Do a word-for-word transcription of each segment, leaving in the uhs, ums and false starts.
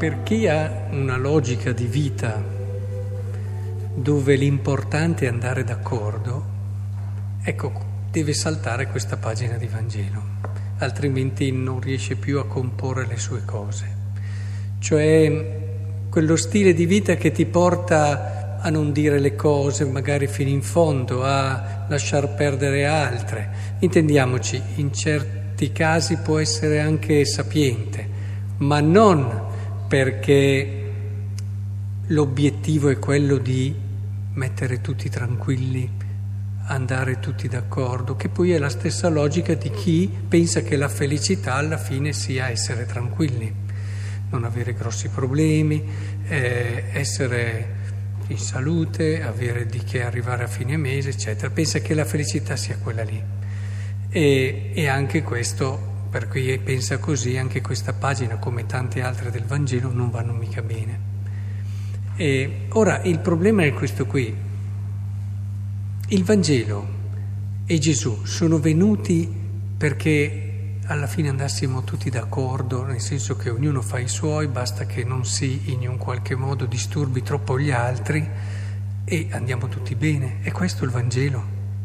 per chi ha una logica di vita dove l'importante è andare d'accordo, ecco, deve saltare questa pagina di Vangelo, altrimenti non riesce più a comporre le sue cose. Cioè quello stile di vita che ti porta a non dire le cose magari fino in fondo, a lasciar perdere altre. Intendiamoci, in certi casi può essere anche sapiente, ma non perché l'obiettivo è quello di mettere tutti tranquilli, andare tutti d'accordo, che poi è la stessa logica di chi pensa che la felicità alla fine sia essere tranquilli, non avere grossi problemi, eh, essere in salute, avere di che arrivare a fine mese, eccetera. Pensa che la felicità sia quella lì. E, e anche questo, per cui pensa così, anche questa pagina, come tante altre del Vangelo, non vanno mica bene. E ora il problema è questo qui. Il Vangelo e Gesù sono venuti perché alla fine andassimo tutti d'accordo, nel senso che ognuno fa i suoi, basta che non si in un qualche modo disturbi troppo gli altri e andiamo tutti bene. È questo il Vangelo.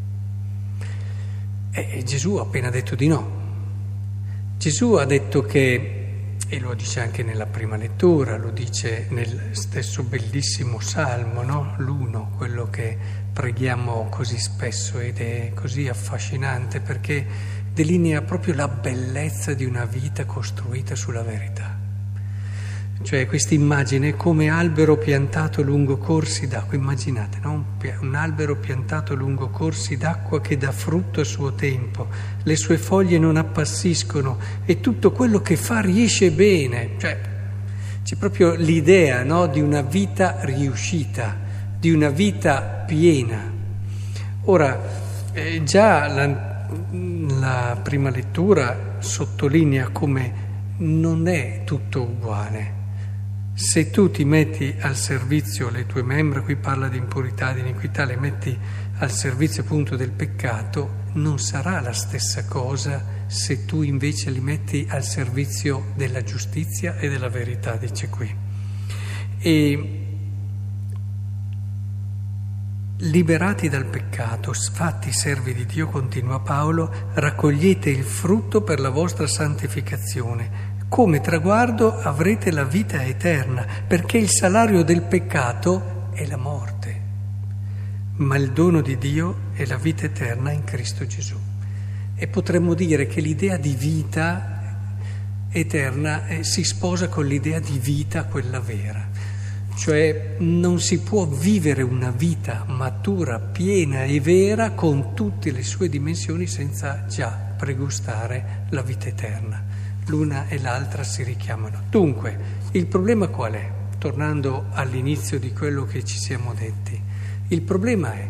E Gesù ha appena detto di no. Gesù ha detto che, e lo dice anche nella prima lettura, lo dice nel stesso bellissimo Salmo, no? L'uno, quello che preghiamo così spesso ed è così affascinante perché delinea proprio la bellezza di una vita costruita sulla verità. Cioè questa immagine come albero piantato lungo corsi d'acqua, immaginate, no? Un albero piantato lungo corsi d'acqua che dà frutto a suo tempo, le sue foglie non appassiscono e tutto quello che fa riesce bene. Cioè c'è proprio l'idea, no? Di una vita riuscita, di una vita piena. Ora, eh, già la La prima lettura sottolinea come non è tutto uguale. Se tu ti metti al servizio le tue membra, qui parla di impurità, di iniquità, le metti al servizio appunto del peccato, non sarà la stessa cosa se tu invece li metti al servizio della giustizia e della verità, dice qui. E liberati dal peccato, fatti servi di Dio, continua Paolo, raccogliete il frutto per la vostra santificazione. Come traguardo avrete la vita eterna, perché il salario del peccato è la morte, ma il dono di Dio è la vita eterna in Cristo Gesù. E potremmo dire che l'idea di vita eterna eh, si sposa con l'idea di vita, quella vera. Cioè non si può vivere una vita matura, piena e vera con tutte le sue dimensioni senza già pregustare la vita eterna. L'una e l'altra si richiamano. Dunque, il problema qual è? Tornando all'inizio di quello che ci siamo detti, il problema è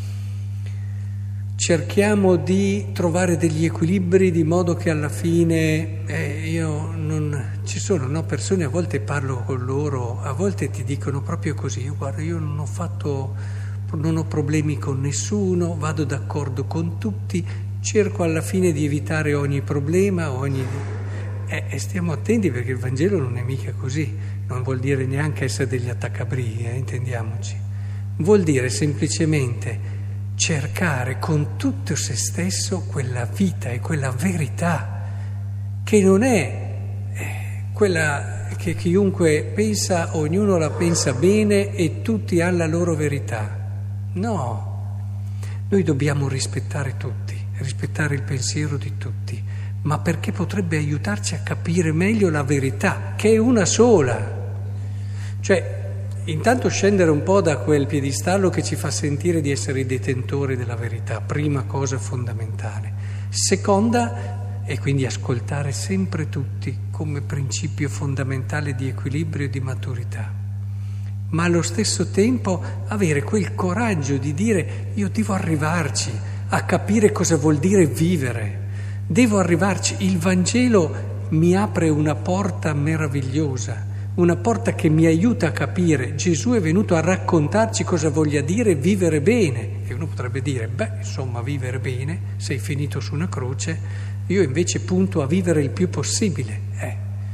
cerchiamo di trovare degli equilibri di modo che alla fine eh, io non ci sono no, persone, a volte parlo con loro, a volte ti dicono proprio così, io guarda, io non ho fatto, non ho problemi con nessuno, vado d'accordo con tutti, cerco alla fine di evitare ogni problema, ogni... Eh, e stiamo attenti perché il Vangelo non è mica così, non vuol dire neanche essere degli attaccabrighi, eh, intendiamoci, vuol dire semplicemente cercare con tutto se stesso quella vita e quella verità che non è eh, quella che chiunque pensa, ognuno la pensa bene e tutti hanno la loro verità. No, noi dobbiamo rispettare tutti, rispettare il pensiero di tutti, ma perché potrebbe aiutarci a capire meglio la verità, che è una sola. Cioè, intanto scendere un po' da quel piedistallo che ci fa sentire di essere i detentori della verità, prima cosa fondamentale. Seconda, e quindi ascoltare sempre tutti come principio fondamentale di equilibrio e di maturità. Ma allo stesso tempo avere quel coraggio di dire io devo arrivarci a capire cosa vuol dire vivere, devo arrivarci, il Vangelo mi apre una porta meravigliosa, una porta che mi aiuta a capire. Gesù è venuto a raccontarci cosa voglia dire vivere bene. E uno potrebbe dire, beh, insomma, vivere bene, sei finito su una croce, io invece punto a vivere il più possibile. Eh,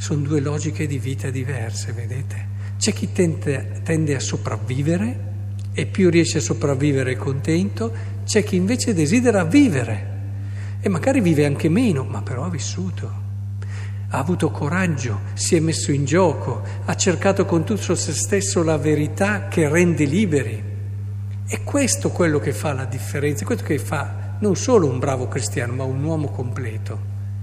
Sono due logiche di vita diverse, vedete? C'è chi tende, tende a sopravvivere e più riesce a sopravvivere è contento, c'è chi invece desidera vivere e magari vive anche meno, ma però ha vissuto, ha avuto coraggio, si è messo in gioco, ha cercato con tutto se stesso la verità che rende liberi. E questo è quello che fa la differenza, questo che fa non solo un bravo cristiano, ma un uomo completo.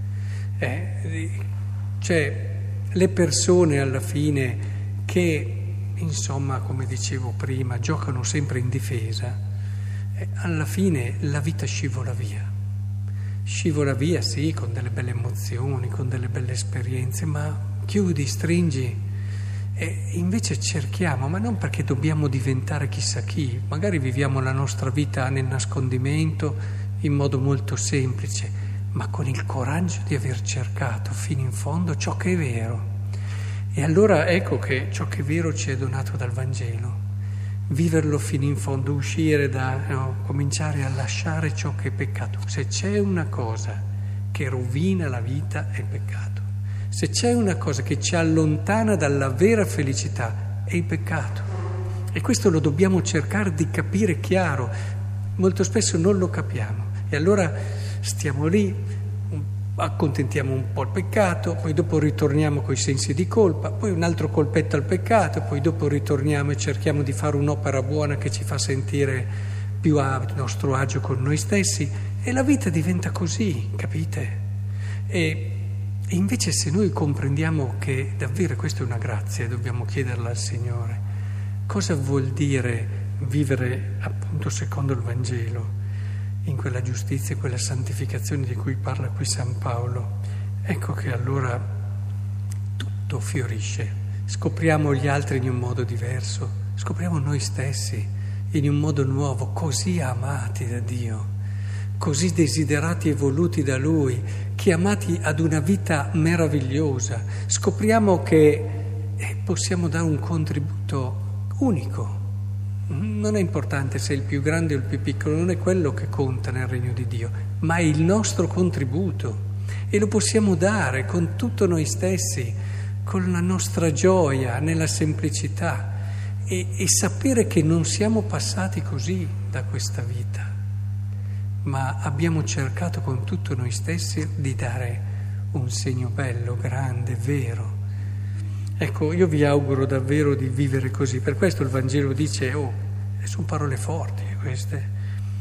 Eh, cioè, le persone alla fine che, insomma, come dicevo prima, giocano sempre in difesa, eh, alla fine la vita scivola via. Scivola via, sì, con delle belle emozioni, con delle belle esperienze, ma chiudi, stringi. E invece cerchiamo, ma non perché dobbiamo diventare chissà chi, magari viviamo la nostra vita nel nascondimento in modo molto semplice, ma con il coraggio di aver cercato fino in fondo ciò che è vero. E allora ecco che ciò che è vero ci è donato dal Vangelo. Viverlo fino in fondo, uscire da, no, cominciare a lasciare ciò che è peccato. Se c'è una cosa che rovina la vita è il peccato. Se c'è una cosa che ci allontana dalla vera felicità è il peccato. E questo lo dobbiamo cercare di capire chiaro. Molto spesso non lo capiamo. E allora stiamo lì, accontentiamo un po' il peccato, poi dopo ritorniamo coi sensi di colpa, poi un altro colpetto al peccato, poi dopo ritorniamo e cerchiamo di fare un'opera buona che ci fa sentire più a nostro agio con noi stessi e la vita diventa così, capite? E, e invece se noi comprendiamo che davvero questa è una grazia e dobbiamo chiederla al Signore, cosa vuol dire vivere appunto secondo il Vangelo? In quella giustizia e quella santificazione di cui parla qui San Paolo, ecco che allora tutto fiorisce, scopriamo gli altri in un modo diverso, scopriamo noi stessi in un modo nuovo, così amati da Dio, così desiderati e voluti da Lui, chiamati ad una vita meravigliosa, scopriamo che possiamo dare un contributo unico. Non è importante se è il più grande o il più piccolo, non è quello che conta nel regno di Dio, ma è il nostro contributo e lo possiamo dare con tutto noi stessi, con la nostra gioia, nella semplicità e, e sapere che non siamo passati così da questa vita, ma abbiamo cercato con tutto noi stessi di dare un segno bello, grande, vero. Ecco, io vi auguro davvero di vivere così, per questo il Vangelo dice, oh, sono parole forti queste,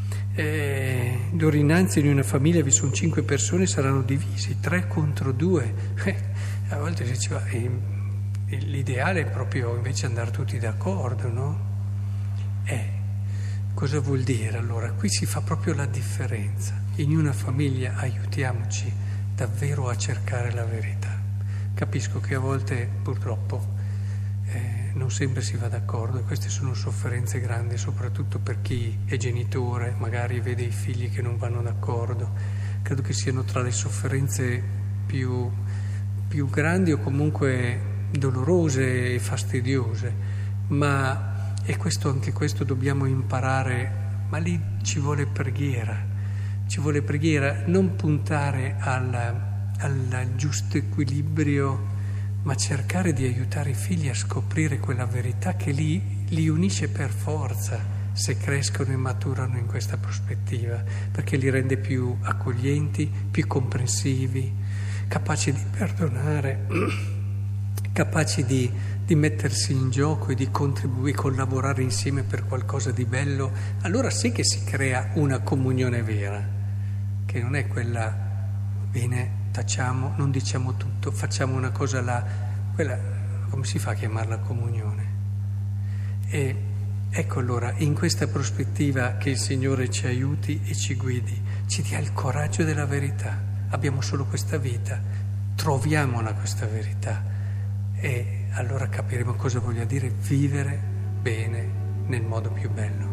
eh, d'ora innanzi in una famiglia vi sono cinque persone, saranno divisi, tre contro due, eh, a volte si diceva, eh, l'ideale è proprio invece andare tutti d'accordo, no? Eh, cosa vuol dire allora? Qui si fa proprio la differenza, in una famiglia aiutiamoci davvero a cercare la verità. Capisco che a volte purtroppo eh, non sempre si va d'accordo e queste sono sofferenze grandi, soprattutto per chi è genitore, magari vede i figli che non vanno d'accordo. Credo che siano tra le sofferenze più, più grandi o comunque dolorose e fastidiose, ma e questo, anche questo dobbiamo imparare, ma lì ci vuole preghiera, ci vuole preghiera, non puntare al al giusto equilibrio, ma cercare di aiutare i figli a scoprire quella verità che li, li unisce per forza se crescono e maturano in questa prospettiva, perché li rende più accoglienti, più comprensivi, capaci di perdonare, capaci di, di mettersi in gioco e di contribuire, collaborare insieme per qualcosa di bello. Allora sì che si crea una comunione vera, che non è quella, bene, tacciamo, non diciamo tutto, facciamo una cosa là, quella, come si fa a chiamarla comunione? E ecco allora, in questa prospettiva che il Signore ci aiuti e ci guidi, ci dia il coraggio della verità. Abbiamo solo questa vita, troviamola questa verità e allora capiremo cosa voglia dire vivere bene nel modo più bello.